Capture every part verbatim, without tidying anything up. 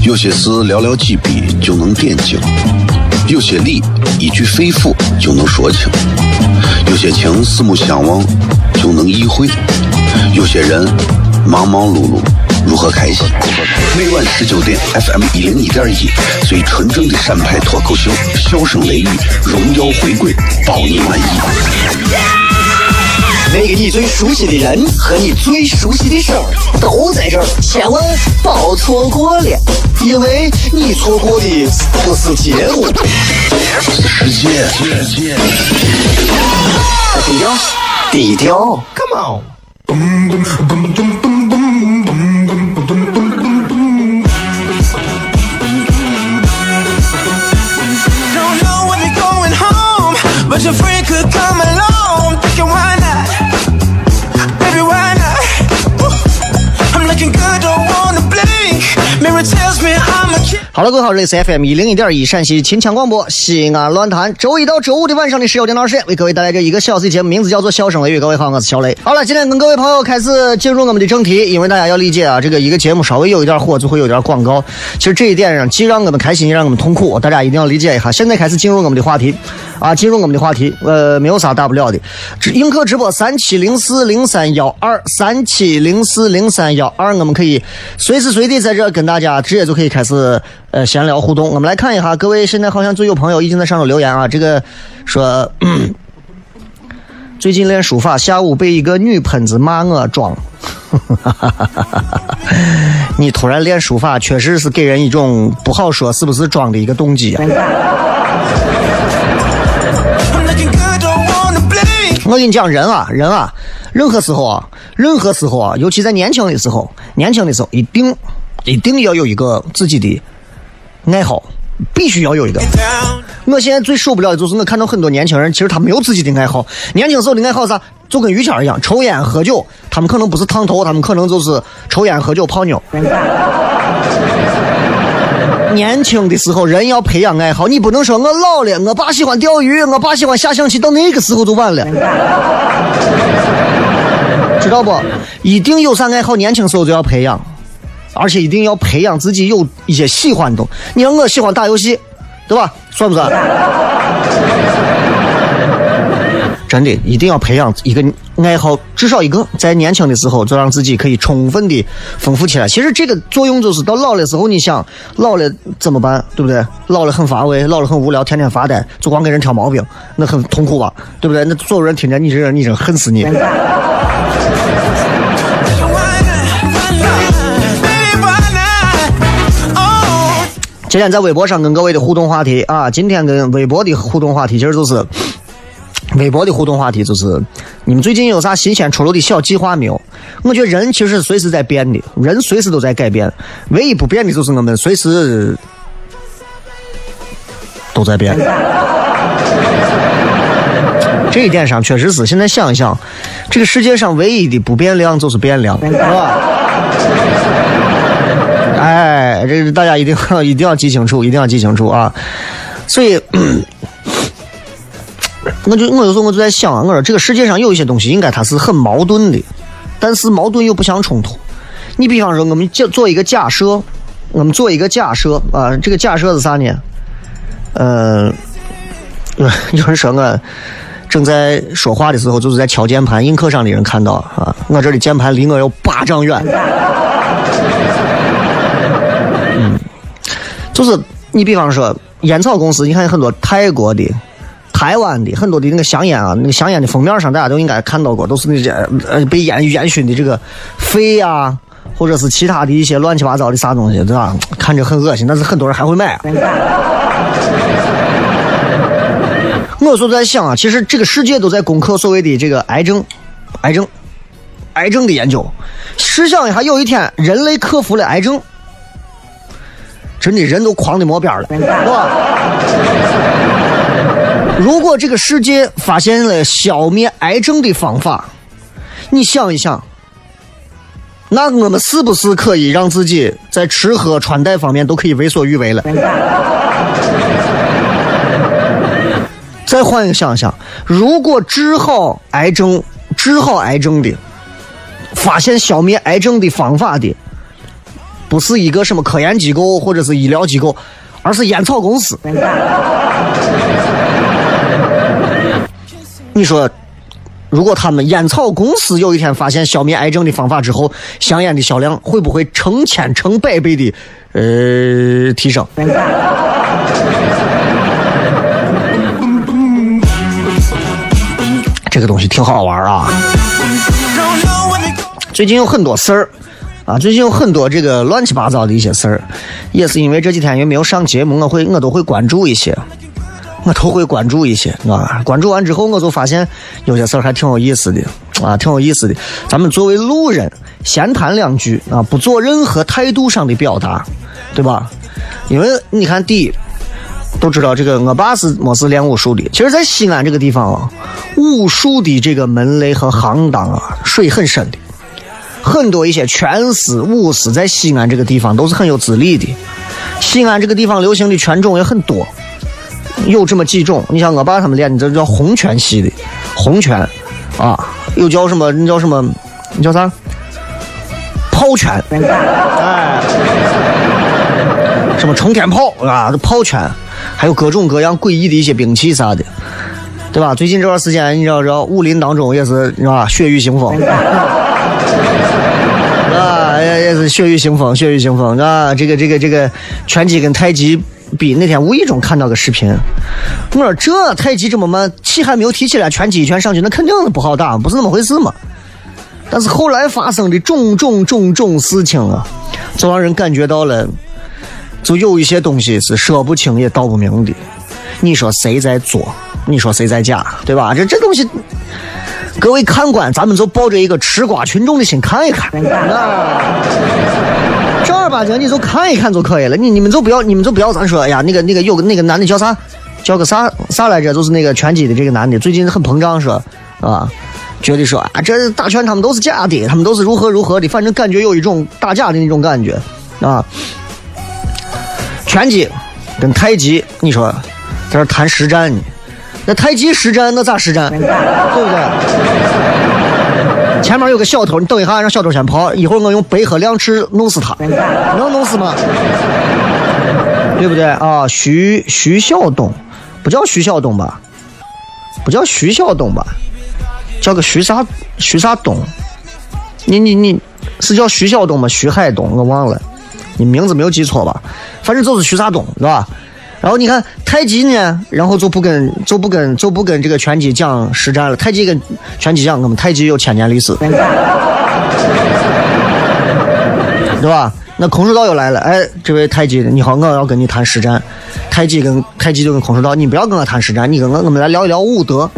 有些事寥寥几笔就能点睛，有些理一句肺腑就能说清，有些情四目相望就能意会，有些人忙忙碌碌如何开心？每晚十九点 F M 一零一点一，最纯正的陕派脱口秀，笑声雷雨，荣耀回归，保你满意。 那个你最熟悉的人和你最熟悉的事儿都在这儿，千万别错过了，因为你错过的不是节目， 是世界。 低调，低调 ，Come on。 But your friend could come along, thinking why not? Baby, why not? I'm looking good, don't wanna blink. Mirror tells me I'm a kid. 好了，各位好，这里是 F M 一零一点一陕西秦腔广播西安论坛，周一到周五的晚上的十九点到二十点，为各位带来这一个小时的节目，名字叫做笑声雷雨。各位好，我是小雷。好了，今天跟各位朋友开始进入我们的正题，因为大家要理解啊，这个一个节目稍微有一点火就会有点广告，其实这一点上既让我们开心也让我们痛苦，大家一定要理解一下。现在开始进入我们的话题啊，进入我们的话题，呃，没有啥大不了的。映客直播三七零四零三幺二三七零四零三幺二，我们可以随时随地在这跟大家直接就可以开始呃闲聊互动。我们来看一下，各位现在好像就有朋友已经在上头留言啊，这个说、嗯、最近练书法，下午被一个女喷子骂我装。你突然练书法，确实是给人一种不好说是不是装的一个动机啊。我跟你讲，人啊，人啊，任何时候啊，任何时候啊，尤其在年轻的时候，年轻的时候，一定一定要有一个自己的爱好，必须要有一个。我现在最受不了的就是我看到很多年轻人，其实他没有自己的爱好。年轻时候的爱好啥，就跟于谦一样，抽烟喝酒。他们可能不是烫头，他们可能就是抽烟喝酒泡妞。年轻的时候人要培养爱好，你不能说我老了，我爸喜欢钓鱼，我爸喜欢下象棋，到那个时候就晚了。知道不？一定有啥爱好，年轻时候就要培养，而且一定要培养自己有一些喜欢的。你看我喜欢打游戏，对吧？算不算？真的一定要培养一个爱好，至少一个，在年轻的时候就让自己可以充分的丰富起来。其实这个作用就是到老的时候，你想老了怎么办，对不对？老了很乏味，老了很无聊，天天发呆，就光给人挑毛病，那很痛苦吧，对不对？那所有人听见你这人，你真恨死你。今天在微博上跟各位的互动话题啊，今天跟微博的互动话题其实就是微博的互动话题就是你们最近有啥新鲜出炉的小计划没有？我觉得人其实随时在变的，人随时都在改变，唯一不变的就是我们随时都在变。这一点上确实是，现在想一想，这个世界上唯一的不变量就是变量，是吧？哎，这个大家一定要一定要记清楚，一定要记清楚啊！所以，我就我有时候我就在想啊，我说这个世界上有一些东西应该它是很矛盾的，但是矛盾又不相冲突。你比方说，我们做一个假设，我们做一个假设啊，这个假设是啥呢？呃，有人说我正在说话的时候就是在敲键盘，映客上的人看到啊，我这里键盘离我有八丈远。嗯，就是你比方说烟草公司，你看很多泰国的、台湾的很多的那个香烟啊，那个香烟的封面上大家都应该看到过，都是那些呃被烟烟熏的这个肺啊，或者是其他的一些乱七八糟的啥东西，对吧？看着很恶心，但是很多人还会买啊。我有时候在想啊，其实这个世界都在攻克所谓的这个癌症、癌症、癌症的研究。试想一下，有一天人类克服了癌症。真的人都狂的摸边了，是吧？如果这个世界发现了消灭癌症的方法，你想一想，那我们是不是可以让自己在吃喝穿戴方面都可以为所欲为了？再换一个想想，如果治好癌症治好癌症的发现消灭癌症的方法的不是一个什么科研机构或者是医疗机构，而是烟草公司。你说如果他们烟草公司有一天发现消灭癌症的方法之后，香烟的销量会不会成千成百倍的呃提升？这个东西挺好玩啊。最近有很多事儿啊，最近有很多这个乱七八糟的一些事儿，也是因为这几天也没有上节目，我会我都会关注一些。我都会关注一些啊，关注完之后我就发现有些事儿还挺有意思的啊，挺有意思的。咱们作为路人闲谈两句啊，不做任何态度上的表达，对吧？因为你看，第一都知道这个我爸是没是练武术的，其实在西安这个地方啊，武术的这个门类和行当啊，水很深的，很多一些拳师武师在西安这个地方都是很有资历的。西安这个地方流行的拳种也很多。有这么几种，你像我爸他们练的这叫洪拳系的，洪拳啊，又叫什么？你叫什么？你叫啥？炮拳，哎，什么冲天炮啊，炮拳，还有各种各样诡异的一些兵器啥的，对吧？最近这段时间，你知道，知道武林当中也是，你知道吧？血雨腥风。啊，也是血雨腥风，血雨腥风啊！这个这个这个拳击跟太极比，那天无意中看到个视频，我说这太极这么慢，气还没有提起来，拳击一拳上去，那肯定是不好打，不是那么回事嘛。但是后来发生的种种种种事情啊，就让人感觉到了，就有一些东西是说不清也道不明的。你说谁在做？你说谁在假？对吧？这这东西。各位看官，咱们就抱着一个吃瓜群众的心看一看，正儿八经你就看一看就可以了。你你们就不要，你们就不要咱说，哎呀，那个那个有个那个男的叫啥，叫个啥啥来着？就是那个拳击的这个男的，最近很膨胀说啊，觉得说啊，这打拳他们都是假的，他们都是如何如何的，反正感觉有一种打假的那种感觉啊。拳击跟太极，你说在这谈实战呢？那太极实战那咋实战，对不对？前面有个小偷，你等一下让小偷先跑，一会儿我用背和两尺弄死他，能弄死吗？对不对啊？徐徐晓东不叫徐晓东吧，不叫徐晓东吧，叫个徐啥徐啥东，你你你是叫徐晓东吗？徐海东我忘了，你名字没有记错吧？反正就是徐啥东是吧？然后你看太极呢，然后就不跟就不跟就不跟这个拳击讲实战了。太极跟拳击讲，我们太极有千年历史，对吧？那空手道又来了，哎，这位太极，你好，我要跟你谈实战。太极跟太极就跟空手道，你不要跟我谈实战，你跟我我们来聊一聊武德，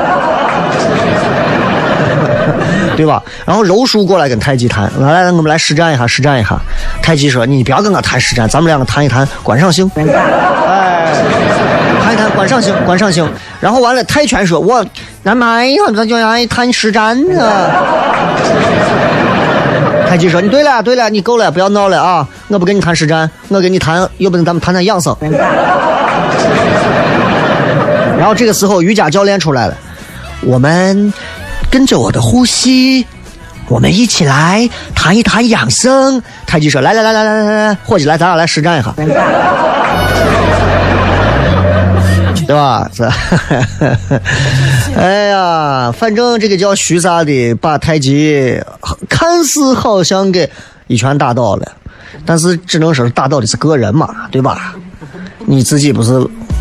对吧？然后柔术过来跟太极谈，来来，我们来实战一下，实战一下。太极说，你不要跟我谈实战，咱们两个谈一谈观赏性。谈一谈观赏性，观赏性。然后完了，泰拳说：“我咱们咱就爱谈实战啊。”太极说：“你对了，对了，你够了，不要闹了啊！我不跟你谈实战，我跟你谈，有本事咱们谈谈养生。”然后这个时候，瑜伽教练出来了，我们跟着我的呼吸，我们一起来谈一谈养生。太极说：“来来来来来来来，伙计，来，咱俩来实战一下。”对吧？这，哎呀，反正这个叫徐啥的，把太极看似好像给一拳打倒了，但是只能说打倒的是个人嘛，对吧？你自己不是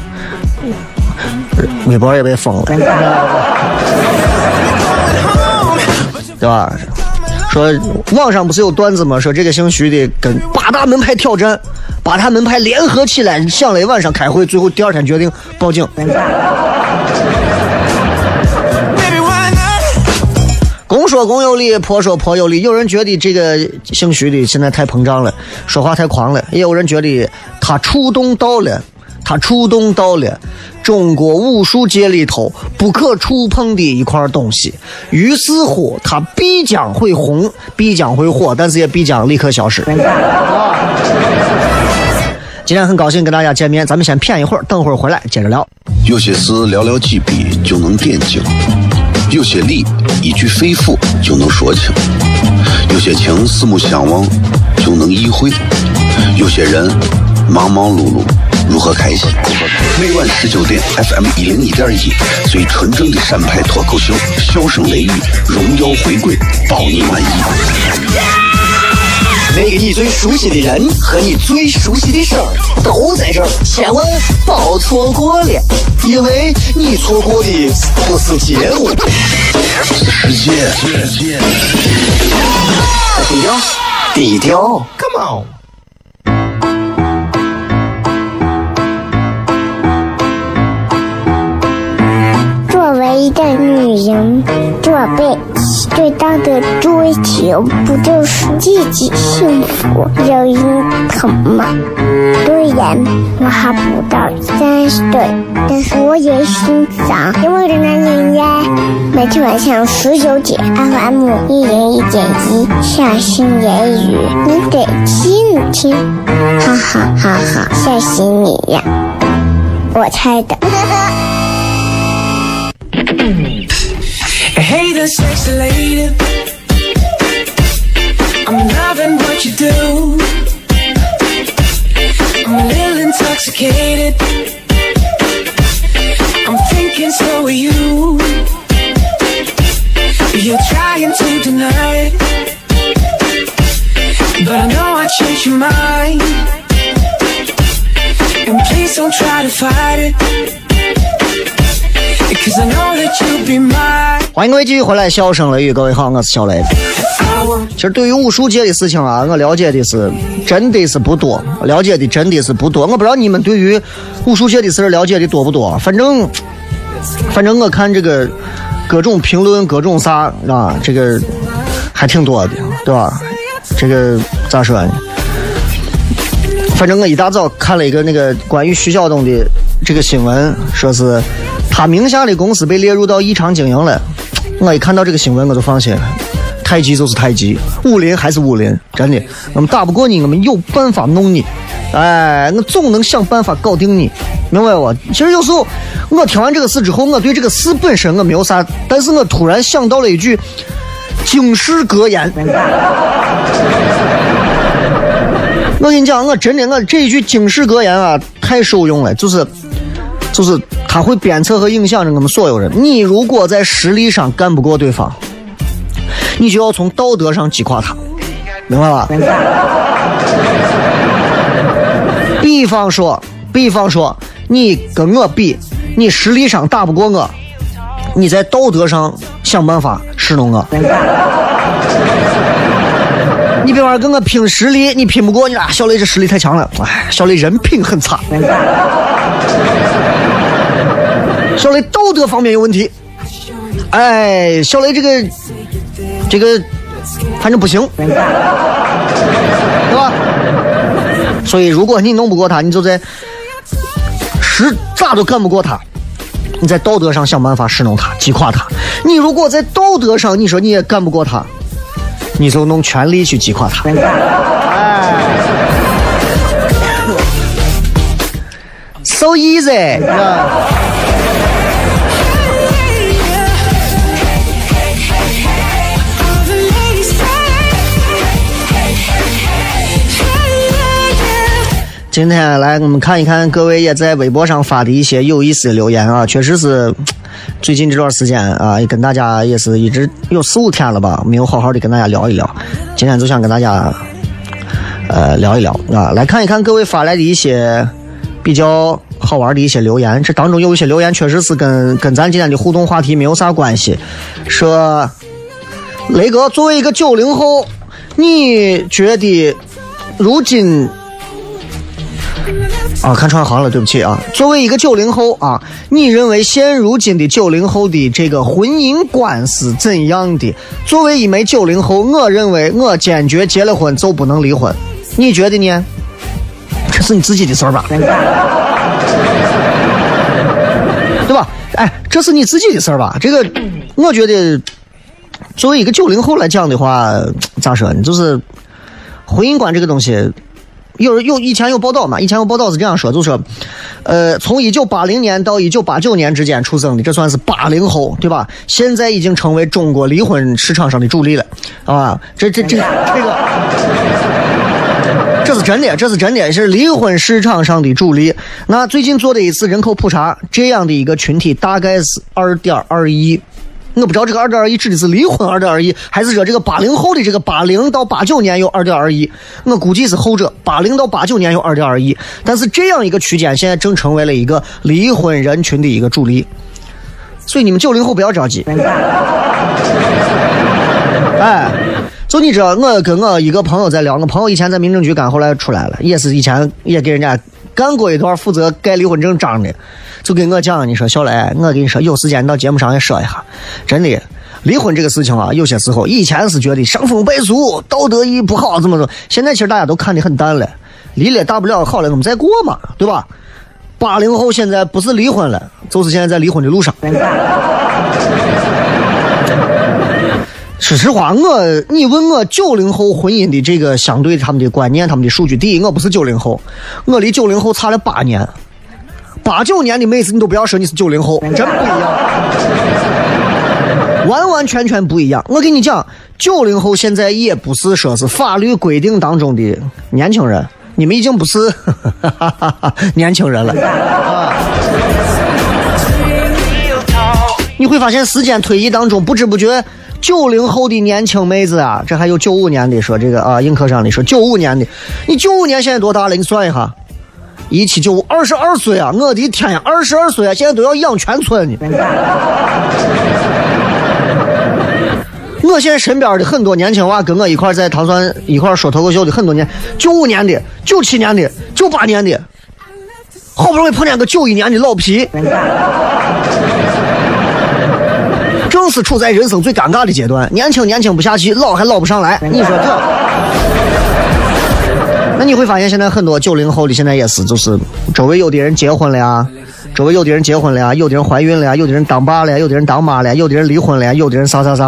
微博也被封了，对吧？说网上不是有段子吗？说这个姓徐的跟八大门派挑战，八大门派联合起来想了一晚上开会，最后第二天决定报警。公说公有理，婆说婆有理。有人觉得这个姓徐的现在太膨胀了，说话太狂了；也有人觉得他触动到了，他触动到了中国武术界里头不可触碰的一块东西。于是乎，他必将会红，必将会火，但是也必将立刻消失。今天很高兴跟大家见面，咱们先谝一会儿，等会儿回来接着聊。 有些事寥寥几笔就能点睛， 有些理一句肺腑就能说清，有些情四目相望就能意会，有些人忙忙碌碌如何开心。每晚十九点 F M 一零一点一，最纯正的陕派脱口秀，笑声雷雨，荣耀回归，保你满意。 那个你最熟悉的人和你最熟悉的事儿都在这儿，千万别错过了，因为你错过的不是节目， 是世界。 低调，低调 Come on。 作为一个女人，这辈子最大的追求不就是自己幸福、有人疼吗？虽然我还不到三十岁，但是我也心脏因为的男人呀。每天晚上十九点 F M 一零一点一，下心言语，你得听听，哈哈哈哈，吓死你呀！我猜的。 Hey there, sexy lady, I'm loving what you do. I'm a little intoxicated, I'm thinking so are you. You're trying to deny it, but I know I changed your mind. And please don't try to fight it, because I know that you'll be mine. 欢迎各位继续回来，笑声雷雨，各位好，我是小雷。其实对于武术界的事情啊，我了解的是真的是不多，了解的真的是不多。我不知道你们对于武术界的事了解的多不多，反正反正我看这个各种评论各种啥啊，这个还挺多的，对吧？这个咋说呢？反正我一大早看了一个那个关于徐晓东的这个新闻，说是他名下的公司被列入到异常经营了。我一看到这个新闻我就放心了，太极就是太极，武林还是武林，真的，我们打不过你，我们有办法弄你，哎，我总能想办法搞定你，明白我？其实有时候我听完这个事之后，我对这个事本身我没有啥，但是我突然想到了一句警示格言。我跟你讲，我真的我这一句警示格言啊，太受用了，就是就是它会鞭策和影响着我们所有人。你如果在实力上干不过对方，你就要从道德上击垮他，明白吧？比方说，比方说，你跟我比，你实力上打不过我，你在道德上想办法使弄我。你别玩跟我拼实力，你拼不过你啊！小雷这实力太强了，哎，小雷人品很差，小雷道德方面有问题，哎，小雷这个这个反正不行，对吧？所以如果你弄不过他，你就在实咋都干不过他，你在道德上想办法使弄他，击垮他。你如果在道德上你说你也干不过他，你就弄全力去击垮他。哎 ，so easy。今天来我们看一看各位也在微博上发的一些有意思的留言啊，确实是最近这段时间啊，也跟大家也是一直有四五天了吧，没有好好的跟大家聊一聊。今天就想跟大家呃聊一聊啊，来看一看各位发来的一些比较好玩的一些留言。这当中有一些留言确实是跟跟咱今天的互动话题没有啥关系。说雷哥，作为一个九零后，你觉得如今啊，看串行了，对不起啊。作为一个九零后啊，你认为现如今的九零后的这个婚姻观是怎样的？作为一枚九零后，我认为我坚决结了婚就不能离婚。你觉得呢？这是你自己的事儿吧？对吧？哎，这是你自己的事儿吧？这个，我觉得作为一个九零后来讲的话，咋说呢？就是婚姻观这个东西。有有以前有报道嘛？以前有报道是这样说，就是说， 呃，从一九八零年到一九八九年之间出生的，这算是八零后，对吧？现在已经成为中国离婚市场上的主力了，啊，这这这这个，这是真的，这是真的，是离婚市场上的主力。那最近做的一次人口普查，这样的一个群体大概是二点二亿。我不知道这个二点二亿指的是离婚二点二亿，还是说这个八零后的这个八零到八九年有二点二亿？我估计是后者，八零到八九年有二点二亿。但是这样一个区间，现在正成为了一个离婚人群的一个主力。所以你们九零后不要着急。哎，就你知道，我跟我一个朋友在聊，我朋友以前在民政局干，后来出来了，也是以前也给人家干过一段负责盖离婚证章的，就跟我讲，你说小雷，我跟你说，有时间到节目上也说一下，真的，离婚这个事情啊，有些时候以前是觉得伤风败俗，道德意不好，怎么说？现在其实大家都看得很淡了，离了大不了好了，我们再过嘛，对吧？八零后现在不是离婚了，就是现在在离婚的路上。说实话，我你问我九零后婚姻的这个相对他们的观念、他们的数据，第一，我不是九零后，我离九零后差了八年，八九年的妹子你都不要说你是九零后，真不一样，完完全全不一样。我跟你讲，九零后现在也不是说是法律规定当中的年轻人，你们已经不是年轻人了。啊，你会发现时间推移当中，不知不觉。九零后的年轻妹子啊，这还有九五年的说这个啊，映客上的说九五年的，你九五年现在多大了？你算一下，一七九五，二十二岁啊！我的天呀，二十二岁啊，现在都要养全村呢。我现在身边的很多年轻娃跟我一块在唐山一块说脱口秀的很多年，九五年的、九七年的、九八年的，好不容易碰见个九一年的老皮。正是处在人生最尴尬的阶段，年轻年轻不下去，老还老不上来。你说这，那你会发现现在很多九零后的现在也是，就是周围有的人结婚了呀，周围有的人结婚了呀，有的人怀孕了呀，有的人当爸了呀，有的人当妈了呀，有的人离婚了呀，有的人啥啥啥。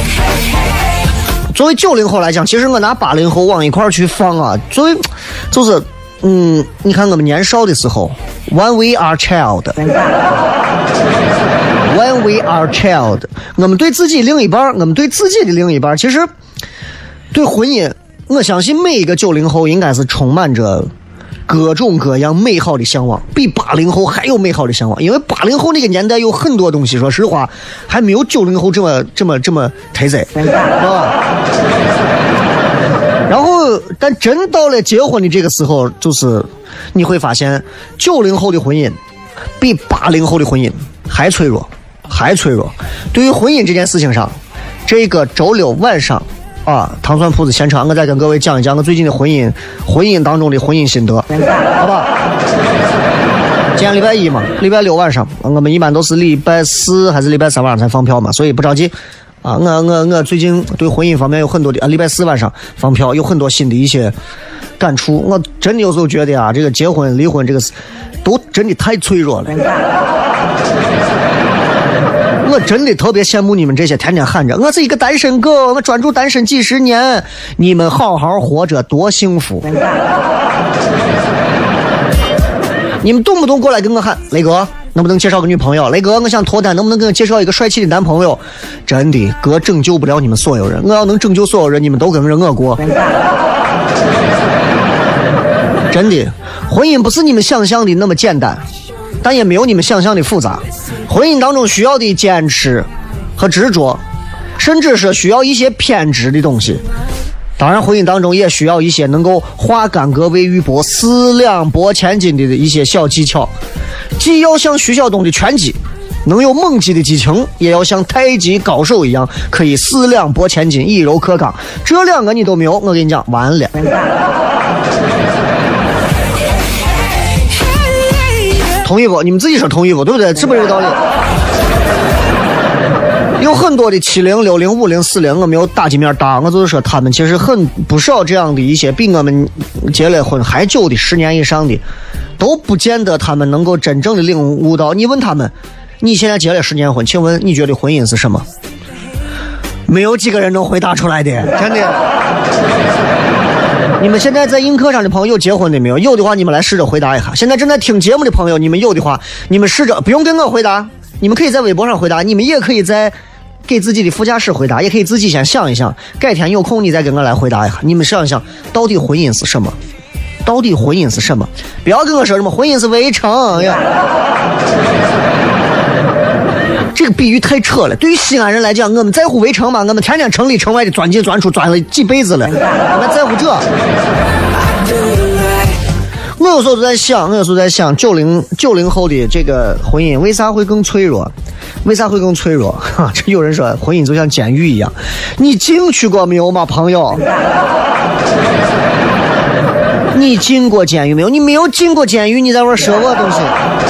作为九零后来讲，其实我拿八零后往一块去放啊，作为就是嗯，你看我们年少的时候 ，When we are child。When we are child， 我们对自己另一半，我们对自己的另一半，其实对婚姻，我相信每一个九零后应该是充满着各种各样美好的向往，比八零后还有美好的向往。因为八零后那个年代有很多东西，说实话还没有九零后这么这么这么忒贼，是吧？然后，但真到了结婚的这个时候，就是你会发现，九零后的婚姻比八零后的婚姻还脆弱。还脆弱。对于婚姻这件事情上，这个周六晚上啊，糖蒜铺子现场，我再跟各位讲一讲我最近的婚姻婚姻当中的婚姻心得，好吧？今天礼拜一嘛，礼拜六晚上，我们一般都是礼拜四还是礼拜三晚上才放票嘛，所以不着急啊。我我我最近对婚姻方面有很多的啊，礼拜四晚上放票有很多新的一些感触。我真的有时候觉得啊，这个结婚离婚这个都真的太脆弱了。我真的特别羡慕你们这些天天喊着我是一个单身狗，我专注单身几十年，你们好好活着多幸福。你们动不动过来跟我喊雷哥能不能介绍个女朋友，雷哥我想脱单能不能给我介绍一个帅气的男朋友，真的哥拯救不了你们所有人，我要能拯救所有人你们都跟着我过。真的婚姻不是你们想象的那么简单，但也没有你们想象的复杂。婚姻当中需要的坚持和执着，甚至是需要一些偏执的东西。当然婚姻当中也需要一些能够化干戈为玉帛，四两拨千斤的一些小技巧，既要像徐晓东的拳击能有猛击的激情，也要像太极高手一样可以四两拨千斤，以柔克刚。这两个你都没有，我跟你讲完了。同意不？你们自己说同意不？对不对？是不是这个道理？有很多的七零、六零、五零、四零，我没有打击面大，我就是说他们其实很不少这样的一些比我们结了婚还久的十年以上的，都不见得他们能够真正的领悟到。你问他们，你现在结了十年婚，请问你觉得婚姻是什么？没有几个人能回答出来的，真的。 你们现在在映客上的朋友有结婚的没有？有的话你们来试着回答一下。现在正在听节目的朋友，你们有的话你们试着，不用跟我回答，你们可以在微博上回答，你们也可以在给自己的副驾驶回答，也可以自己先想一想，改天有空你再跟我来回答一下。你们想一想，到底婚姻是什么？到底婚姻是什么？不要跟我说什么婚姻是围城呀，这个比喻太扯了。对于西安人来讲，我们在乎围城吗？我们天天城里城外的钻进钻出，钻了几辈子了，我们在乎这？我有时候都在想，我有时候在想，九零九零后的这个婚姻为啥会更脆弱？为啥会更脆弱？哈，这有人说婚姻就像监狱一样，你进去过没有吗，朋友？你进过监狱没有？你没有进过监狱，你在玩什么东西？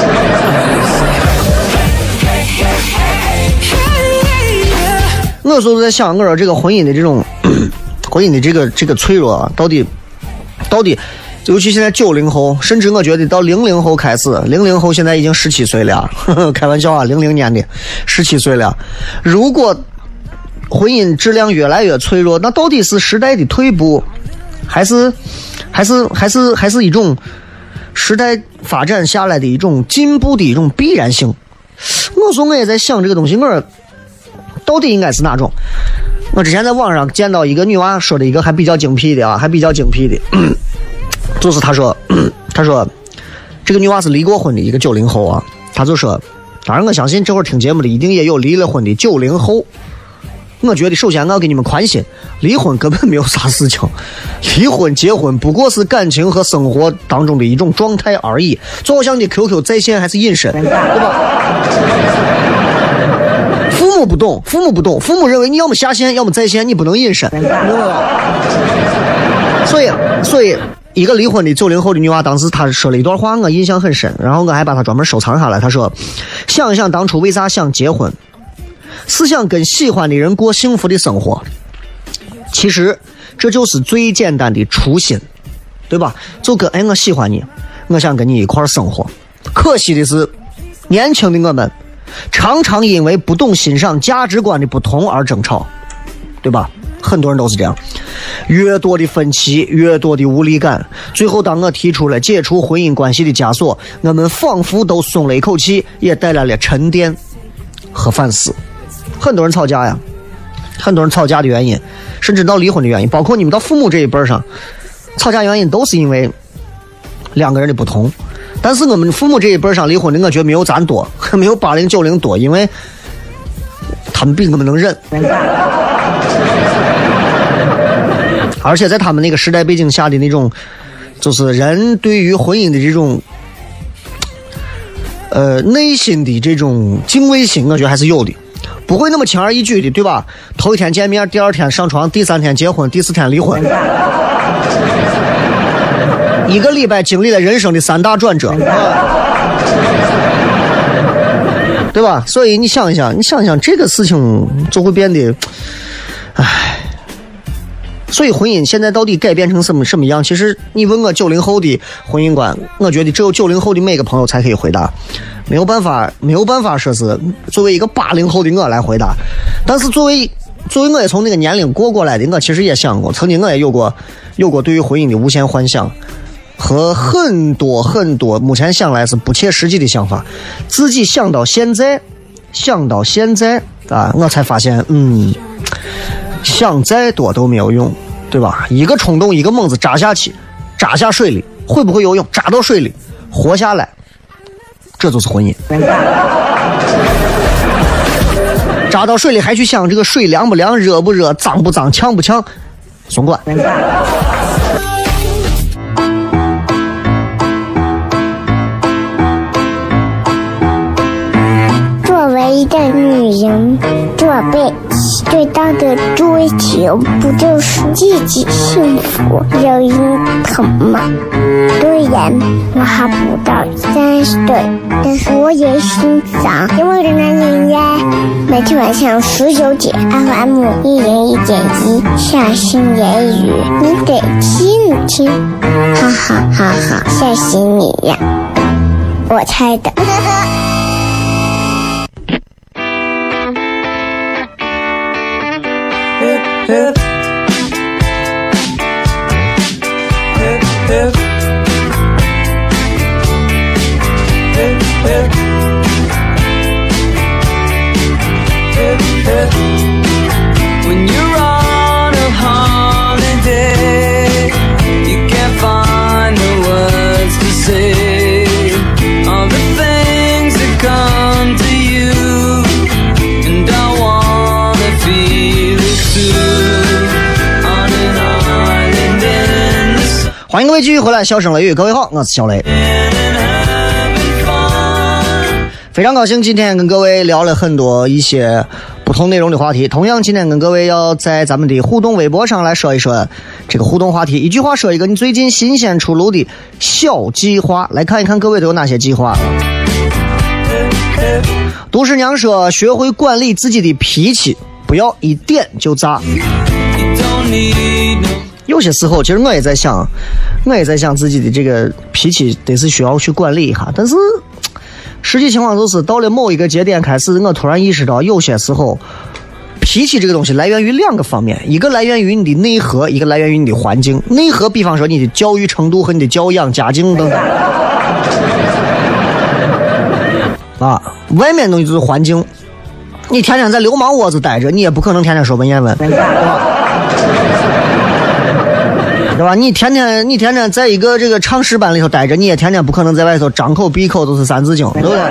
我有时候都在想，我说这个婚姻的这种婚姻的这个这个脆弱啊，到底到底，尤其现在九零后，甚至我觉得到零零后开始，零零后现在已经十七岁了，呵呵，开玩笑啊，零零年的十七岁了。如果婚姻质量越来越脆弱，那到底是时代的退步，还是还是还是还是一种时代发展下来的一种进步的一种必然性？我说我也在想这个东西，我说到底应该是哪种？我之前在网上见到一个女娃说的一个还比较精辟的啊，还比较精辟的，就是她说，她说这个女娃是离过婚的一个九零后啊，她就说，当然我相信这会儿听节目的一定也有离了婚的九零后。我觉得首先我要给你们宽心，离婚根本没有啥事情，离婚结婚不过是感情和生活当中的一种状态而已，就好像你 Q Q 在线还是隐身，对吧？父母不懂，父母不懂，父母认为你要么下线，要么在线，你不能隐身，明白吧？所以，所以一个离婚的九零后的女娃，当时她说了一段话，我印象很深，然后我还把她专门收藏下来。她说：“想一想当初为啥想结婚，是想跟喜欢的人过幸福的生活。其实这就是最简单的初心，对吧？就跟哎，我喜欢你，我想跟你一块儿生活。可惜的是，年轻的我们。”常常因为不懂欣赏价值观的不同而争吵，对吧？很多人都是这样，越多的分歧，越多的无力感，最后当我提出了解除婚姻关系的枷锁，我们仿佛都松了一口气，也带来了沉淀和反思。很多人吵架呀，很多人吵架的原因，甚至到离婚的原因，包括你们到父母这一辈上，吵架原因都是因为两个人的不同。但是我们父母这一辈上离婚的，我觉得没有咱多，没有八零九零多，因为他们比我们能忍，而且在他们那个时代背景下的那种，就是人对于婚姻的这种，呃，内心的这种敬畏心，我觉得还是有的，不会那么轻而易举的，对吧？头一天见面，第二天上床，第三天结婚，第四天离婚。一个礼拜经历了人生的三大转折，对吧？所以你想一想，你想一想这个事情就会变得，唉。所以婚姻现在到底改变成什么什么样？其实你问我九零后的婚姻观，我觉得只有九零后的每个朋友才可以回答，没有办法，没有办法说是作为一个八零后的我来回答。但是作为作为我也从那个年龄过过来的，我其实也想过，曾经我也有过有过对于婚姻的无限幻想。和很多很多目前想来是不切实际的想法，自己想到现在想到现在啊，我才发现嗯，想再多都没有用，对吧？一个冲动一个猛子扎下去，扎下水里会不会游泳？扎到水里活下来，这就是婚姻。扎到水里还去想这个水凉不凉，热不热，脏不脏，呛不呛，松管。 作为一个女人，这辈子最大的追求不就是自己幸福、有人疼吗？虽然我还不到三十岁，但是我也心脏因为的男人呀。每天晚上十九点 F M 一零一点一，下心言语，你得听听，哈哈哈哈，吓死你呀！我猜的。 When you're on a holiday, you can't find the words to say all the things that come to you, and I wanna feel it too. On an island in the sun. 欢迎各位继续回来，笑声雷雨，各位好，我是小雷。非常高兴今天跟各位聊了很多一些不同内容的话题，同样今天跟各位要在咱们的互动微博上来说一说这个互动话题，一句话说一个你最近新鲜出炉的小计划，来看一看各位都有哪些计划。都市娘说，学会管理自己的脾气，不要一点就炸。有些时候其实我也在想我也在想自己的这个脾气得是需要去管理一下，但是实际情况就是到了某一个节点开始，我突然意识到有些时候脾气这个东西来源于两个方面，一个来源于你的内核，一个来源于你的环境。内核比方说你的教育程度和你的教养家境等等啊，外面东西就是环境。你天天在流氓窝子待着，你也不可能天天说文言文，对吧？对吧？你天天你天天在一个这个唱诗班里头待着，你也天天不可能在外头张口闭口都是三字经，对不对？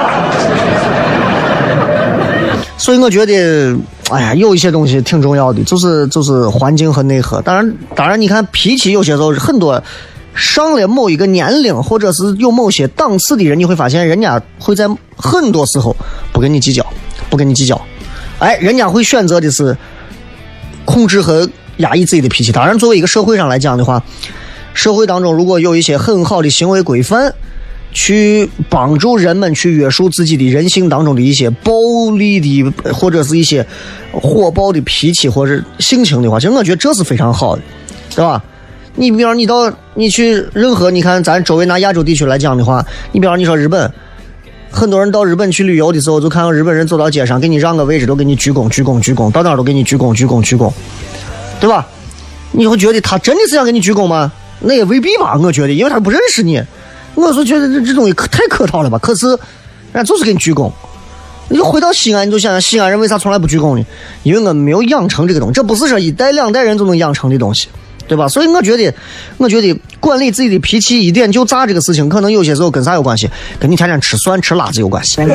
所以我觉得，哎呀，有一些东西挺重要的，就是就是环境和内核。当然，当然，你看脾气有些时候很多上了某一个年龄或者是有某些档次的人，你会发现人家会在很多时候不跟你计较，不跟你计较，哎，人家会选择的是控制和压抑自己的脾气。当然作为一个社会上来讲的话，社会当中如果有一些很好的行为规范去帮助人们去约束自己的人性当中的一些暴力的或者是一些火爆的脾气或者性情的话，其实我觉得这是非常好的，对吧？你比方你到你去任何，你看咱周围拿亚洲地区来讲的话，你比方你说日本，很多人到日本去旅游的时候，就看到日本人走到街上给你让个位置都给你鞠躬鞠躬鞠躬，到哪儿都给你鞠躬鞠躬鞠躬，对吧？你会觉得他真的是想给你鞠躬吗？那也未必吧，我觉得，因为他不认识你，我是觉得这这东西太客套了吧。可是人家就是给你鞠躬。你就回到西安，你就想想西安人为啥从来不鞠躬呢？因为我们没有养成这个东西，这不是说一代两代人就能养成的东西，对吧？所以我觉得我觉得管理自己的脾气一点就炸这个事情，可能有些时候跟啥有关系？跟你天天吃蒜吃辣子有关系。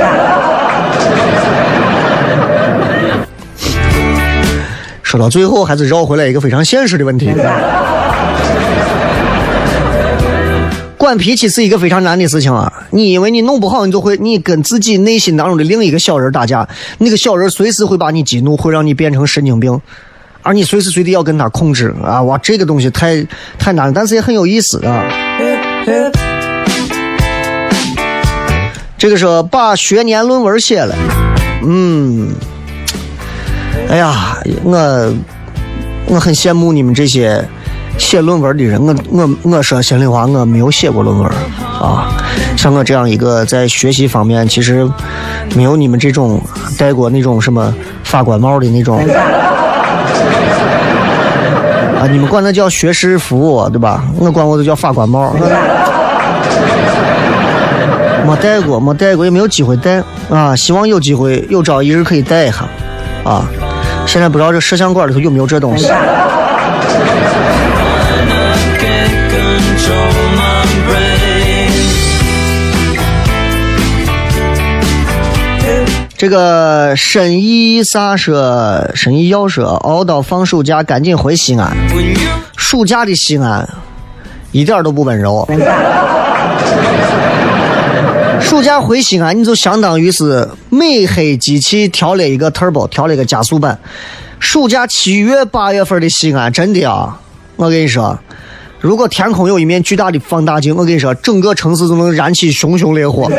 说到最后还是绕回来一个非常现实的问题，管脾气是一个非常难的事情啊！你以为你弄不好，你就会你跟自己内心当中的另一个小人打架，那个小人随时会把你激怒，会让你变成神经病，而你随时随地要跟他控制啊！哇，这个东西太太难了，但是也很有意思啊。这个说把学年论文写了，嗯。哎呀，我我很羡慕你们这些写论文的人。我我我说心里话，我没有写过论文啊。像我这样一个在学习方面其实没有你们这种戴过那种什么法官帽的那种啊，你们管那叫学士服对吧？我管我都叫法官帽。没戴过，没戴过，也没有机会戴啊。希望有机会有朝一日可以戴一下啊。现在不知道这摄像馆里头有没有这东西。这个申遗啥说，申遗要说熬到放暑假赶紧回西安。暑假的西安一点都不温柔。暑假回西安，你就相当于是美黑机器调了一个 turbo， 调了一个加速版。暑假七月八月份的西安，真的啊，我跟你说，如果天空有一面巨大的放大镜，我跟你说，整个城市都能燃起熊熊烈火。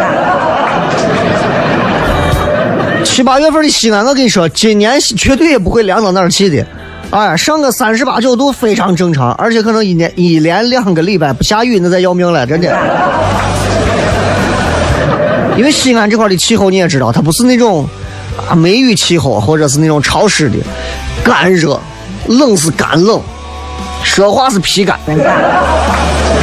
七八月份的西安，我跟你说，今年绝对也不会凉到哪儿去的。哎，上个三十八九度非常正常，而且可能一年一连两个礼拜不下雨，那才要命了，真的。因为西安这块的气候你也知道，它不是那种啊梅雨气候，或者是那种潮湿的，干热，冷是干冷，说话是皮干。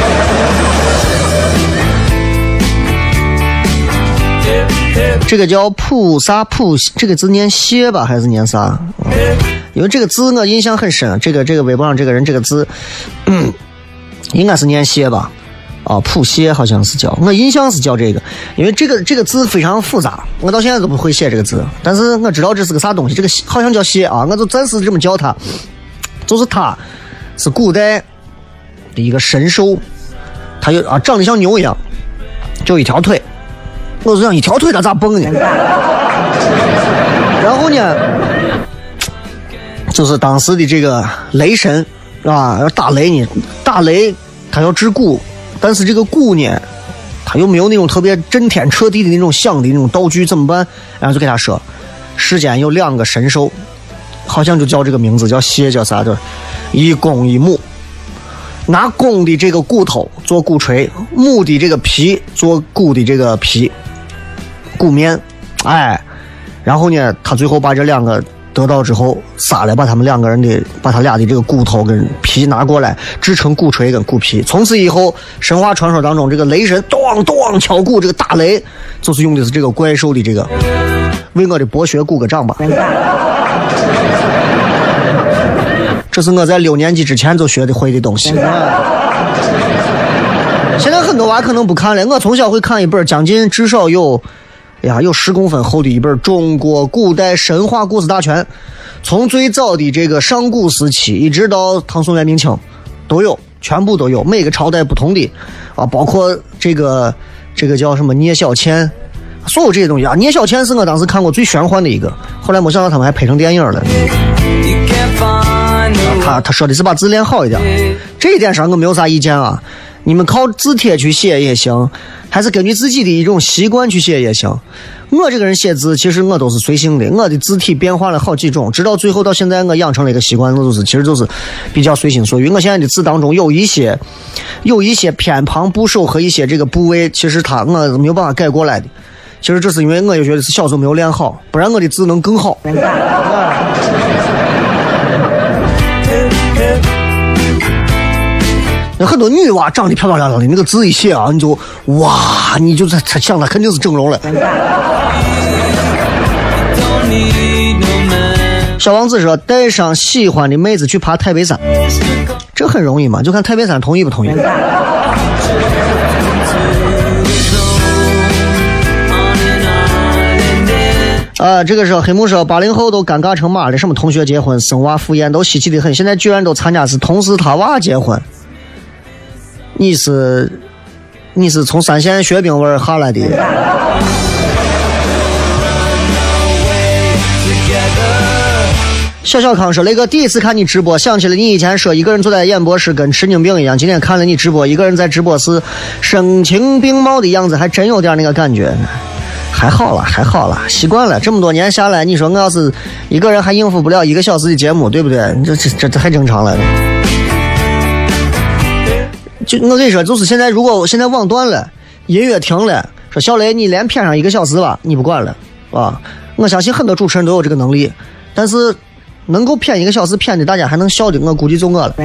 这个叫普啥普，这个字念谢吧还是念啥？因为这个字我印象很深，这个这个微博上这个人这个字，嗯，应该是念谢吧。啊，普谢好像是叫，我印象是叫这个，因为这个这个字非常复杂，我到现在都不会写这个字，但是我知道这是个啥东西，这个好像叫谢啊，我就暂时这么叫它，就是它是古代的一个神兽，它就啊长得像牛一样，就一条腿，我就想一条腿它咋蹦呢？然后呢，就是当时的这个雷神啊，要打雷呢，打雷它要治蛊。但是这个蛊呢，他又没有那种特别震天彻地的那种响的那种道具，怎么办？然后就给他说，世间有两个神兽，好像就叫这个名字，叫谢叫啥的，一公一母，拿公的这个骨头做鼓槌，母的这个皮做鼓的这个皮鼓面，哎，然后呢，他最后把这两个得到之后，杀了把他们两个人的，把他俩的这个骨头跟皮拿过来，制成鼓槌跟鼓皮。从此以后，神话传说当中，这个雷神咚咚敲鼓，这个打雷，就是用的是这个怪兽的这个，为我的博学鼓个掌吧。这是我在六年级之前就学的会的东西。现在很多娃可能不看了，我从小会看一本，将近至少有。呀，有十公分厚的一本《中国古代神话故事大全》，从最早的这个上古时期一直到唐宋元明清都有，全部都有，每个朝代不同的啊，包括这个这个叫什么聂小倩，所有这些东西啊。聂小倩是我当时看过最玄幻的一个，后来没想到他们还拍成电影了。他他说的是把字练好一点，这一点上我没有啥意见啊。你们靠字帖去写也行，还是根据自己的一种习惯去写也行。我这个人写字其实我都是随性的，我的字体变化了好几种，直到最后到现在我养成了一个习惯，就是其实就是比较随心所欲。我现在的字当中有一些有一些偏旁部首和一些这个部位，其实它我没有办法改过来的。其实这是因为我也觉得是小时候没有练好，不然我的字能更好。有很多女娃长得漂漂亮亮的，那个字一写啊，你就哇，你就在想她肯定是整容了。小王子说带上喜欢的妹子去爬太北山，这很容易嘛，就看太北山同意不同意。啊，这个时候黑木说八零后都尴尬成马了，什么同学结婚生娃赴宴都稀奇的很，现在居然都参加是同事他娃结婚。你是你是从三线雪冰味下来的？小小康说：“雷哥，第一次看你直播，想起了你以前说一个人坐在演播室跟神经病一样。今天看了你直播，一个人在直播室声情并茂的样子，还真有点那个感觉。还好了，还好了，习惯了。这么多年下来，你说我要是一个人还应付不了一个小时的节目，对不对？这这这这太正常了。”就我跟你说，就是现在，如果我现在网断了，音乐停了，说小雷你连骗上一个小时吧，你不管了啊！我相信很多主持人都有这个能力，但是能够骗一个小时骗的大家还能笑的，我估计就我了。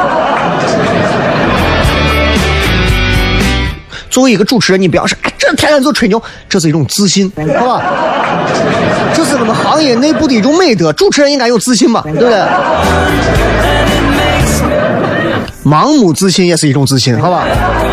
作为一个主持人，你不要说哎，这天天就吹牛，这是一种自信，好吧？这是我们行业内部的一种美德，主持人应该有自信吧，对不对？盲目自信也是一种自信，好吧？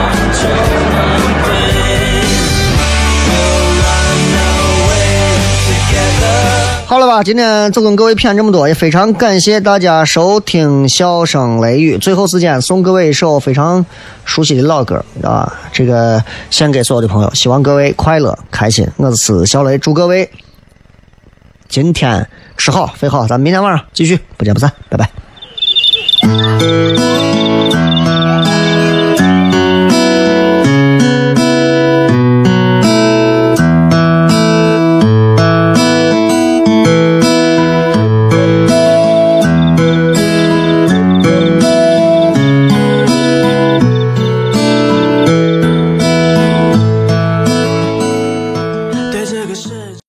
好了吧，今天就跟各位谝这么多，也非常感谢大家收听笑声雷雨。最后时间送各位一首非常熟悉的老歌啊，这个献给所有的朋友，希望各位快乐开心。我是小雷，祝各位今天吃好睡好，咱们明天晚上继续不见不散，拜拜。